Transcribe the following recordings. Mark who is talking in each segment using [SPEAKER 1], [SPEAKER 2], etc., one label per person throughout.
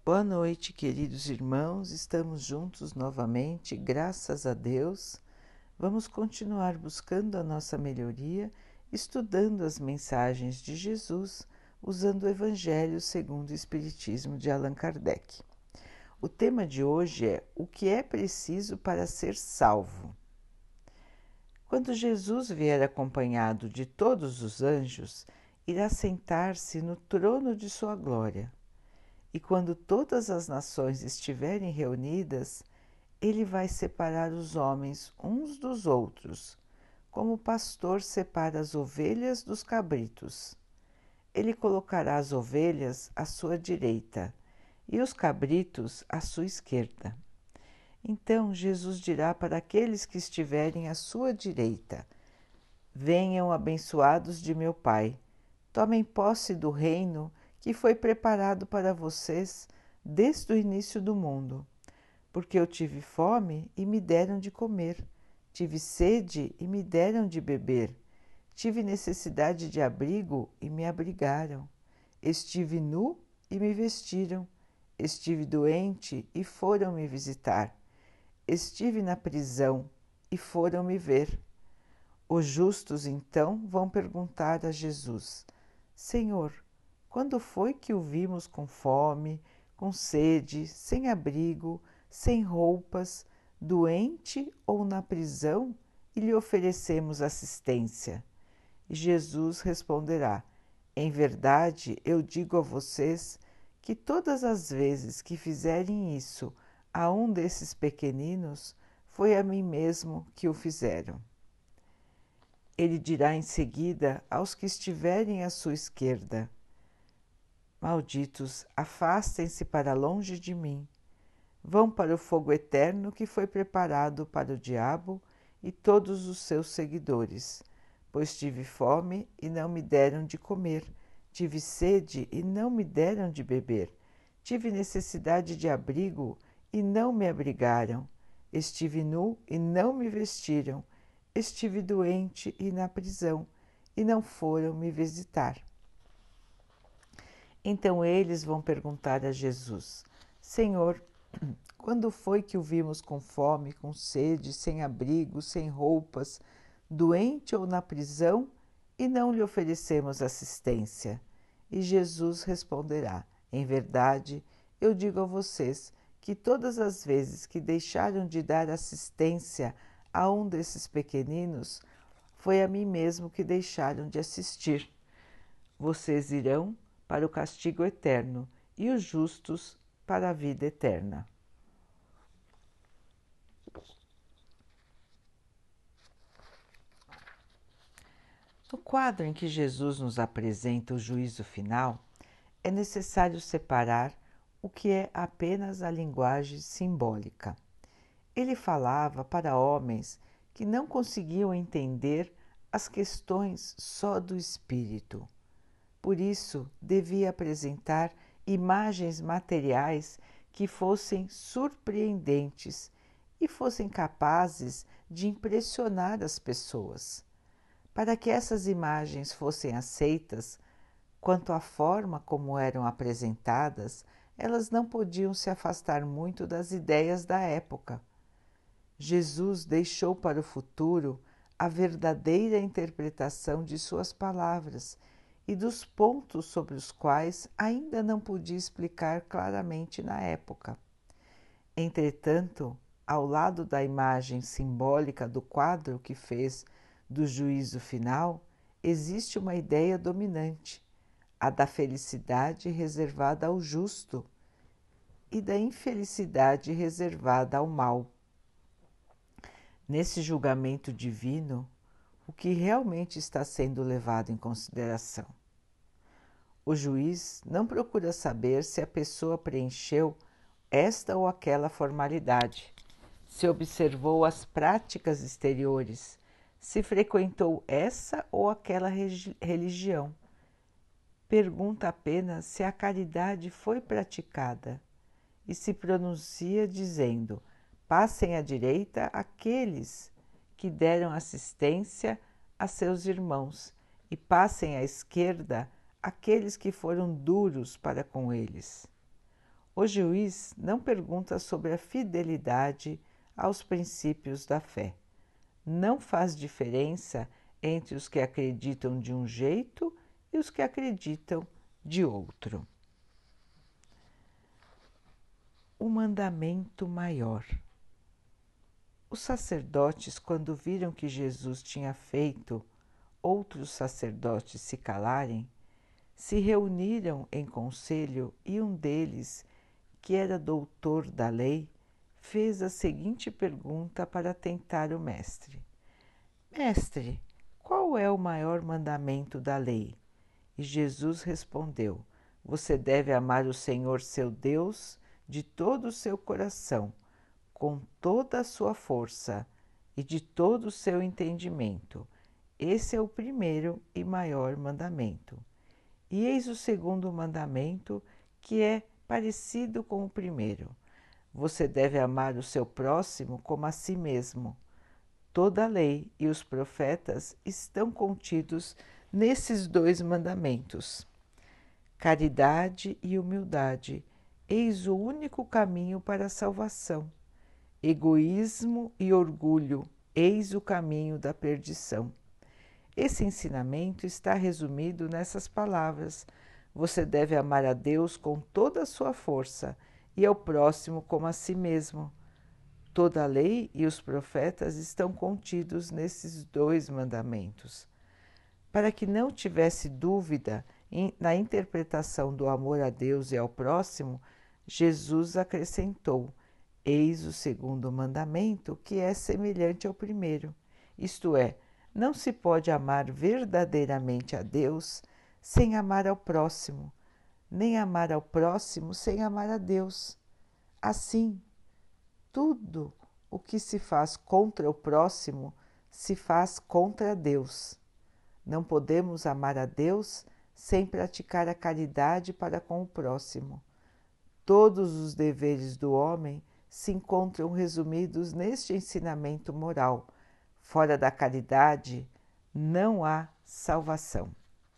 [SPEAKER 1] Boa noite, queridos irmãos, estamos juntos novamente, graças a Deus. Vamos continuar buscando a nossa melhoria, estudando as mensagens de Jesus, usando o Evangelho segundo o Espiritismo de Allan Kardec. O tema de hoje é o que é preciso para ser salvo. Quando Jesus vier acompanhado de todos os anjos, irá sentar-se no trono de sua glória. E quando todas as nações estiverem reunidas, ele vai separar os homens uns dos outros, como o pastor separa as ovelhas dos cabritos. Ele colocará as ovelhas à sua direita e os cabritos à sua esquerda. Então Jesus dirá para aqueles que estiverem à sua direita: Venham abençoados de meu Pai, tomem posse do reino que foi preparado para vocês desde o início do mundo. Porque eu tive fome e me deram de comer, tive sede e me deram de beber, tive necessidade de abrigo e me abrigaram, estive nu e me vestiram, estive doente e foram me visitar, estive na prisão e foram me ver. Os justos então vão perguntar a Jesus: Senhor, quando foi que o vimos com fome, com sede, sem abrigo, sem roupas, doente ou na prisão e lhe oferecemos assistência? E Jesus responderá: Em verdade, eu digo a vocês que todas as vezes que fizerem isso a um desses pequeninos, foi a mim mesmo que o fizeram. Ele dirá em seguida aos que estiverem à sua esquerda: Malditos, afastem-se para longe de mim. Vão para o fogo eterno que foi preparado para o diabo e todos os seus seguidores. Pois tive fome e não me deram de comer, tive sede e não me deram de beber, tive necessidade de abrigo e não me abrigaram, estive nu e não me vestiram, estive doente e na prisão e não foram me visitar. Então eles vão perguntar a Jesus: Senhor, quando foi que o vimos com fome, com sede, sem abrigo, sem roupas, doente ou na prisão, e não lhe oferecemos assistência? E Jesus responderá: Em verdade, eu digo a vocês que todas as vezes que deixaram de dar assistência a um desses pequeninos, foi a mim mesmo que deixaram de assistir. Vocês irão para o castigo eterno e os justos para a vida eterna. No quadro em que Jesus nos apresenta o juízo final, é necessário separar o que é apenas a linguagem simbólica. Ele falava para homens que não conseguiam entender as questões só do espírito. Por isso, devia apresentar imagens materiais que fossem surpreendentes e fossem capazes de impressionar as pessoas. Para que essas imagens fossem aceitas, quanto à forma como eram apresentadas, elas não podiam se afastar muito das ideias da época. Jesus deixou para o futuro a verdadeira interpretação de suas palavras e dos pontos sobre os quais ainda não podia explicar claramente na época. Entretanto, ao lado da imagem simbólica do quadro que fez do juízo final, existe uma ideia dominante, a da felicidade reservada ao justo e da infelicidade reservada ao mal. Nesse julgamento divino, o que realmente está sendo levado em consideração? O juiz não procura saber se a pessoa preencheu esta ou aquela formalidade, se observou as práticas exteriores, se frequentou essa ou aquela religião. Pergunta apenas se a caridade foi praticada e se pronuncia dizendo: passem à direita aqueles que deram assistência a seus irmãos e passem à esquerda aqueles que foram duros para com eles. O juiz não pergunta sobre a fidelidade aos princípios da fé. Não faz diferença entre os que acreditam de um jeito e os que acreditam de outro. O mandamento maior. Os sacerdotes, quando viram que Jesus tinha feito outros sacerdotes se calarem, se reuniram em conselho e um deles, que era doutor da lei, fez a seguinte pergunta para tentar o mestre: Mestre, qual é o maior mandamento da lei? E Jesus respondeu: Você deve amar o Senhor seu Deus de todo o seu coração, com toda a sua força e de todo o seu entendimento. Esse é o primeiro e maior mandamento. E eis o segundo mandamento, que é parecido com o primeiro. Você deve amar o seu próximo como a si mesmo. Toda a lei e os profetas estão contidos nesses dois mandamentos. Caridade e humildade, eis o único caminho para a salvação. Egoísmo e orgulho, eis o caminho da perdição. Esse ensinamento está resumido nessas palavras: você deve amar a Deus com toda a sua força e ao próximo como a si mesmo. Toda a lei e os profetas estão contidos nesses dois mandamentos. Para que não tivesse dúvida na interpretação do amor a Deus e ao próximo, Jesus acrescentou: Eis o segundo mandamento, que é semelhante ao primeiro, isto é, não se pode amar verdadeiramente a Deus sem amar ao próximo, nem amar ao próximo sem amar a Deus. Assim, tudo o que se faz contra o próximo se faz contra Deus. Não podemos amar a Deus sem praticar a caridade para com o próximo. Todos os deveres do homem se encontram resumidos neste ensinamento moral. Fora da caridade não há salvação.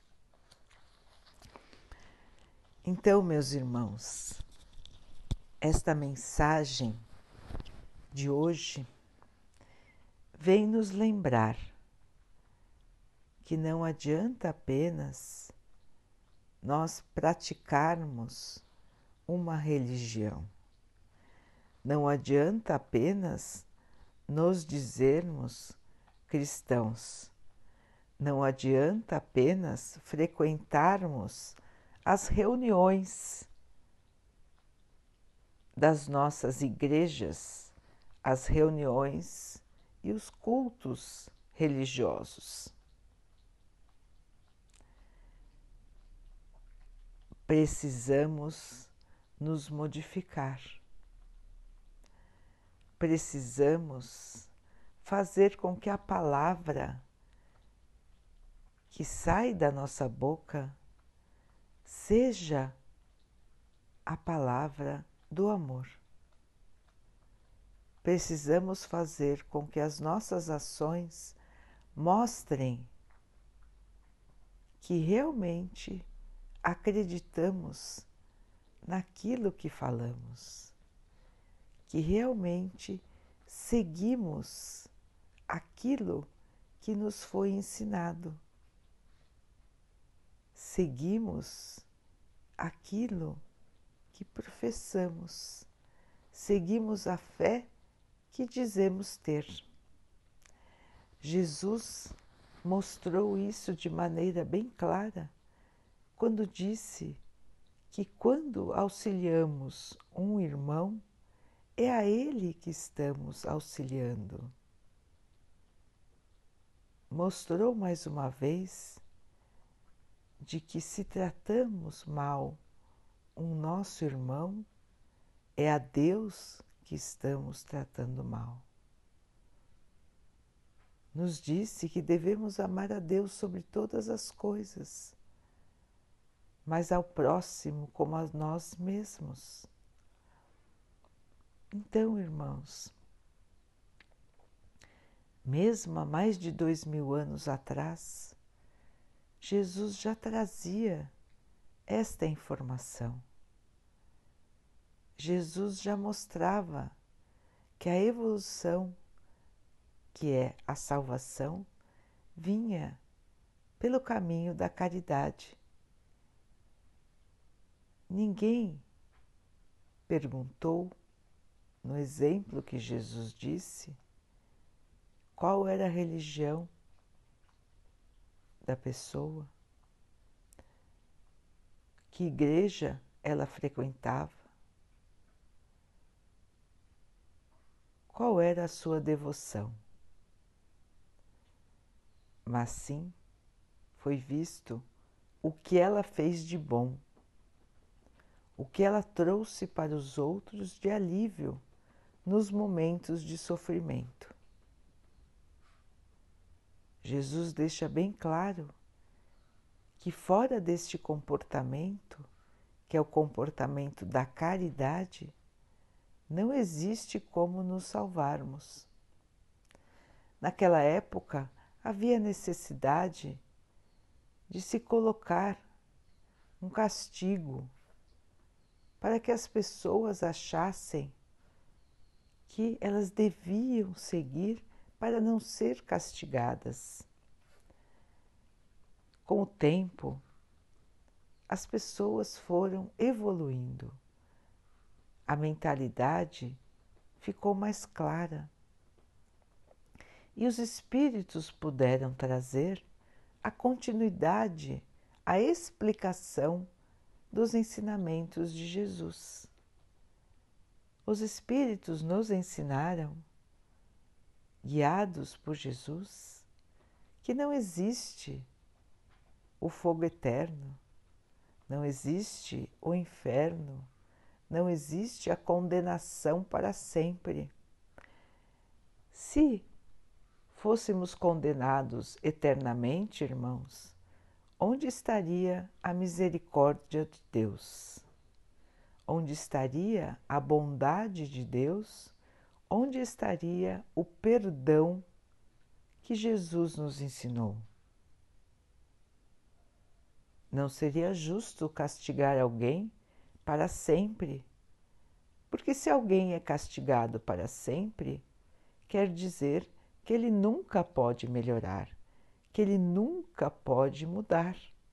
[SPEAKER 1] Então, meus irmãos, esta mensagem de hoje vem nos lembrar que não adianta apenas nós praticarmos uma religião. Não adianta apenas nos dizermos cristãos. Não adianta apenas frequentarmos as reuniões das nossas igrejas, as reuniões e os cultos religiosos. Precisamos nos modificar. Precisamos fazer com que a palavra que sai da nossa boca seja a palavra do amor. Precisamos fazer com que as nossas ações mostrem que realmente acreditamos naquilo que falamos, que realmente seguimos aquilo que nos foi ensinado. Seguimos aquilo que professamos, seguimos a fé que dizemos ter. Jesus mostrou isso de maneira bem clara quando disse que quando auxiliamos um irmão, é a ele que estamos auxiliando. Mostrou mais uma vez de que se tratamos mal um nosso irmão, é a Deus que estamos tratando mal. Nos disse que devemos amar a Deus sobre todas as coisas, mas ao próximo como a nós mesmos. Então, irmãos, mesmo há mais de 2000 anos atrás, Jesus já trazia esta informação. Jesus já mostrava que a evolução, que é a salvação, vinha pelo caminho da caridade. Ninguém perguntou, no exemplo que Jesus disse, qual era a religião da pessoa, que igreja ela frequentava, qual era a sua devoção. Mas sim foi visto o que ela fez de bom, o que ela trouxe para os outros de alívio nos momentos de sofrimento. Jesus deixa bem claro que fora deste comportamento, que é o comportamento da caridade, não existe como nos salvarmos. Naquela época havia necessidade de se colocar um castigo para que as pessoas achassem que elas deviam seguir para não ser castigadas. Com o tempo, as pessoas foram evoluindo, a mentalidade ficou mais clara e os espíritos puderam trazer a continuidade, a explicação dos ensinamentos de Jesus. Os espíritos nos ensinaram, guiados por Jesus, que não existe o fogo eterno, não existe o inferno, não existe a condenação para sempre. Se fôssemos condenados eternamente, irmãos, onde estaria a misericórdia de Deus? Onde estaria a bondade de Deus? Onde estaria o perdão que Jesus nos ensinou? Não seria justo castigar alguém para sempre, porque se alguém é castigado para sempre, quer dizer que ele nunca pode melhorar, que ele nunca pode mudar.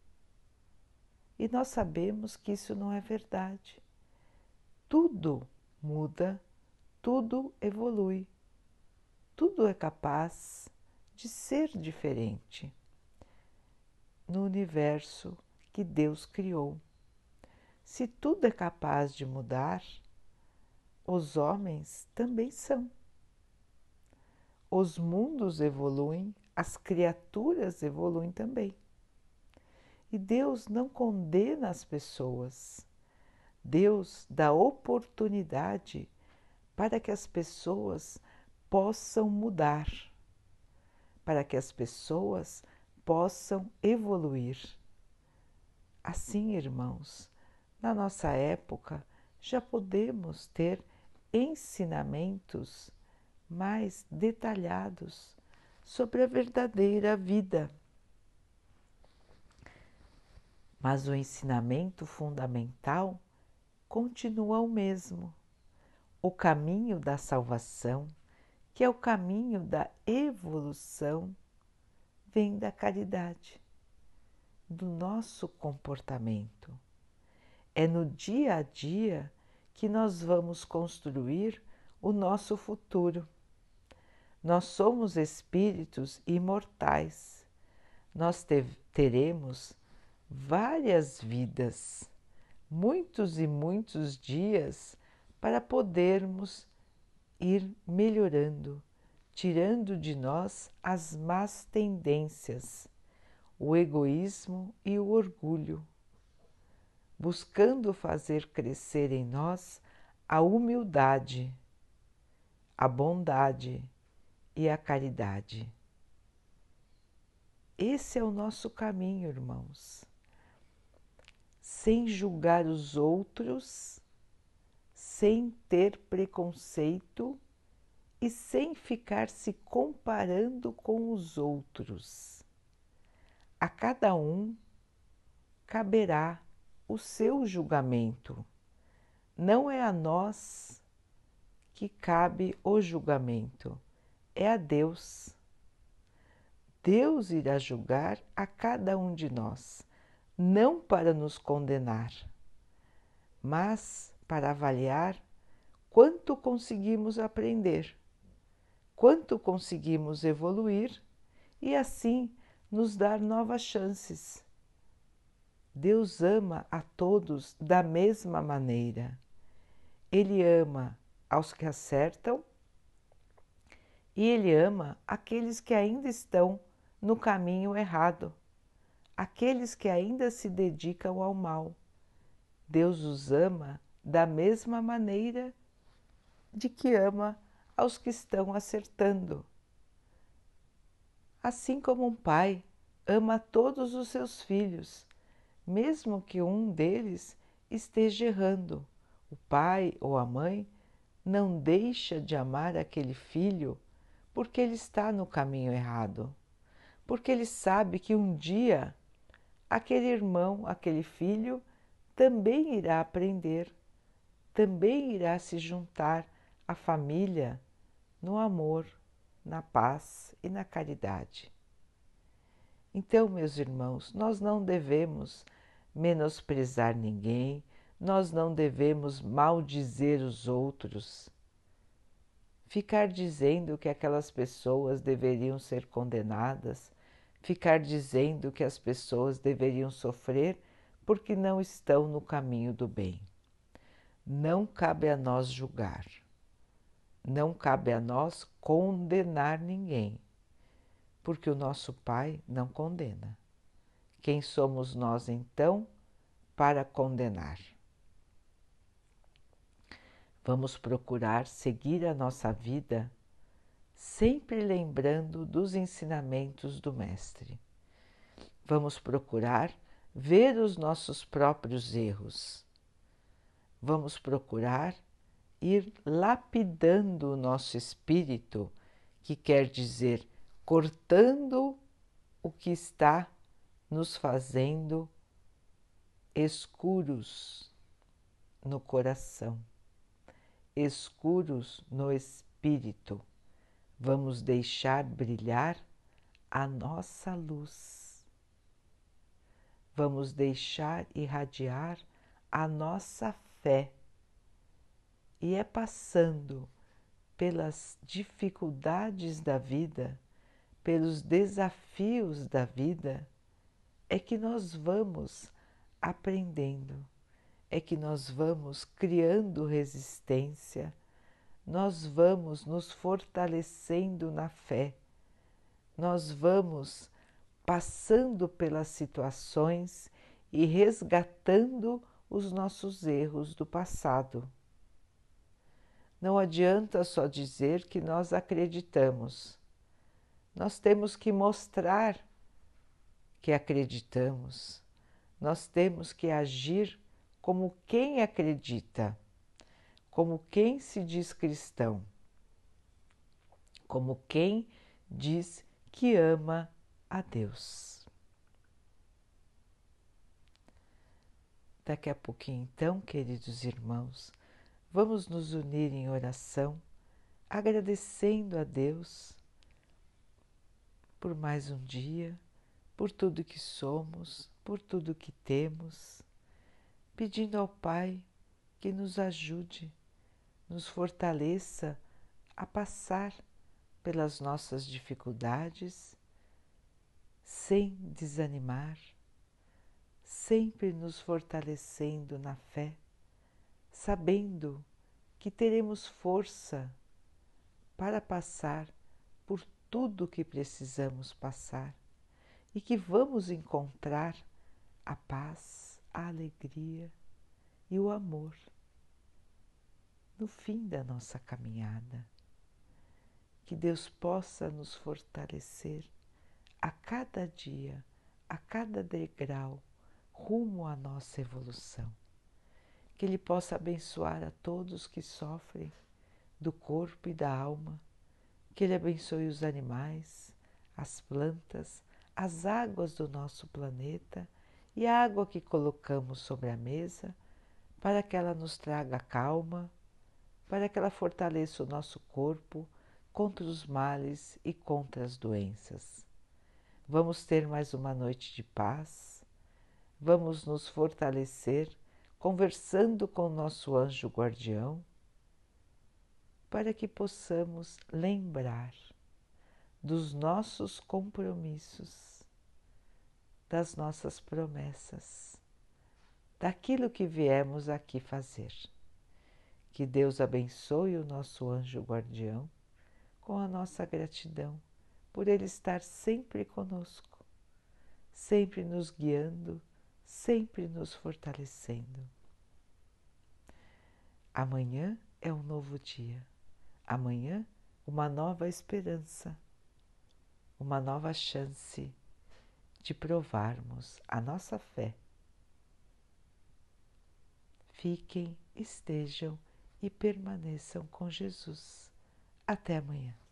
[SPEAKER 1] E nós sabemos que isso não é verdade. Tudo muda, tudo evolui, tudo é capaz de ser diferente no universo que Deus criou. Se tudo é capaz de mudar, os homens também são. Os mundos evoluem, as criaturas evoluem também. E Deus não condena as pessoas. Deus dá oportunidade para que as pessoas possam mudar, para que as pessoas possam evoluir. Assim, irmãos, na nossa época já podemos ter ensinamentos mais detalhados sobre a verdadeira vida. Mas o ensinamento fundamental continua o mesmo. O caminho da salvação, que é o caminho da evolução, vem da caridade, do nosso comportamento. É no dia a dia que nós vamos construir o nosso futuro. Nós somos espíritos imortais. Nós teremos várias vidas, muitos e muitos dias para podermos ir melhorando, tirando de nós as más tendências, o egoísmo e o orgulho, buscando fazer crescer em nós a humildade, a bondade e a caridade. Esse é o nosso caminho, irmãos. Sem julgar os outros, sem ter preconceito e sem ficar se comparando com os outros. A cada um caberá o seu julgamento, não é a nós que cabe o julgamento, é a Deus. Deus irá julgar a cada um de nós, não para nos condenar, mas para avaliar quanto conseguimos aprender, quanto conseguimos evoluir e assim nos dar novas chances. Deus ama a todos da mesma maneira. Ele ama aos que acertam e Ele ama aqueles que ainda estão no caminho errado, aqueles que ainda se dedicam ao mal. Deus os ama da mesma maneira de que ama aos que estão acertando. Assim como um pai ama todos os seus filhos, mesmo que um deles esteja errando. O pai ou a mãe não deixa de amar aquele filho porque ele está no caminho errado, porque ele sabe que um dia aquele irmão, aquele filho, também irá aprender, também irá se juntar à família no amor, na paz e na caridade. Então, meus irmãos, nós não devemos menosprezar ninguém, nós não devemos maldizer os outros, ficar dizendo que aquelas pessoas deveriam ser condenadas, ficar dizendo que as pessoas deveriam sofrer porque não estão no caminho do bem. Não cabe a nós julgar, não cabe a nós condenar ninguém, porque o nosso Pai não condena. Quem somos nós então para condenar? Vamos procurar seguir a nossa vida sempre lembrando dos ensinamentos do Mestre. Vamos procurar ver os nossos próprios erros. Vamos procurar ir lapidando o nosso espírito, que quer dizer cortando o que está nos fazendo escuros no coração, escuros no espírito. Vamos deixar brilhar a nossa luz. Vamos deixar irradiar a nossa fé. E é passando pelas dificuldades da vida, pelos desafios da vida, é que nós vamos aprendendo, é que nós vamos criando resistência, nós vamos nos fortalecendo na fé, nós vamos passando pelas situações e resgatando os nossos erros do passado. Não adianta só dizer que nós acreditamos. Nós temos que mostrar que acreditamos. Nós temos que agir como quem acredita, como quem se diz cristão, como quem diz que ama a Deus. Daqui a pouquinho, então, queridos irmãos, vamos nos unir em oração, agradecendo a Deus por mais um dia, por tudo que somos, por tudo que temos, pedindo ao Pai que nos ajude, nos fortaleça a passar pelas nossas dificuldades sem desanimar, sempre nos fortalecendo na fé, sabendo que teremos força para passar por tudo que precisamos passar e que vamos encontrar a paz, a alegria e o amor no fim da nossa caminhada. Que Deus possa nos fortalecer a cada dia, a cada degrau, rumo à nossa evolução. Que Ele possa abençoar a todos que sofrem do corpo e da alma, que Ele abençoe os animais, as plantas, as águas do nosso planeta e a água que colocamos sobre a mesa, para que ela nos traga calma, para que ela fortaleça o nosso corpo contra os males e contra as doenças. Vamos ter mais uma noite de paz, vamos nos fortalecer conversando com o nosso anjo guardião, para que possamos lembrar dos nossos compromissos, das nossas promessas, daquilo que viemos aqui fazer. Que Deus abençoe o nosso anjo guardião com a nossa gratidão por ele estar sempre conosco, sempre nos guiando, sempre nos fortalecendo. Amanhã é um novo dia. Amanhã, uma nova esperança, uma nova chance de provarmos a nossa fé. Fiquem, estejam e permaneçam com Jesus. Até amanhã.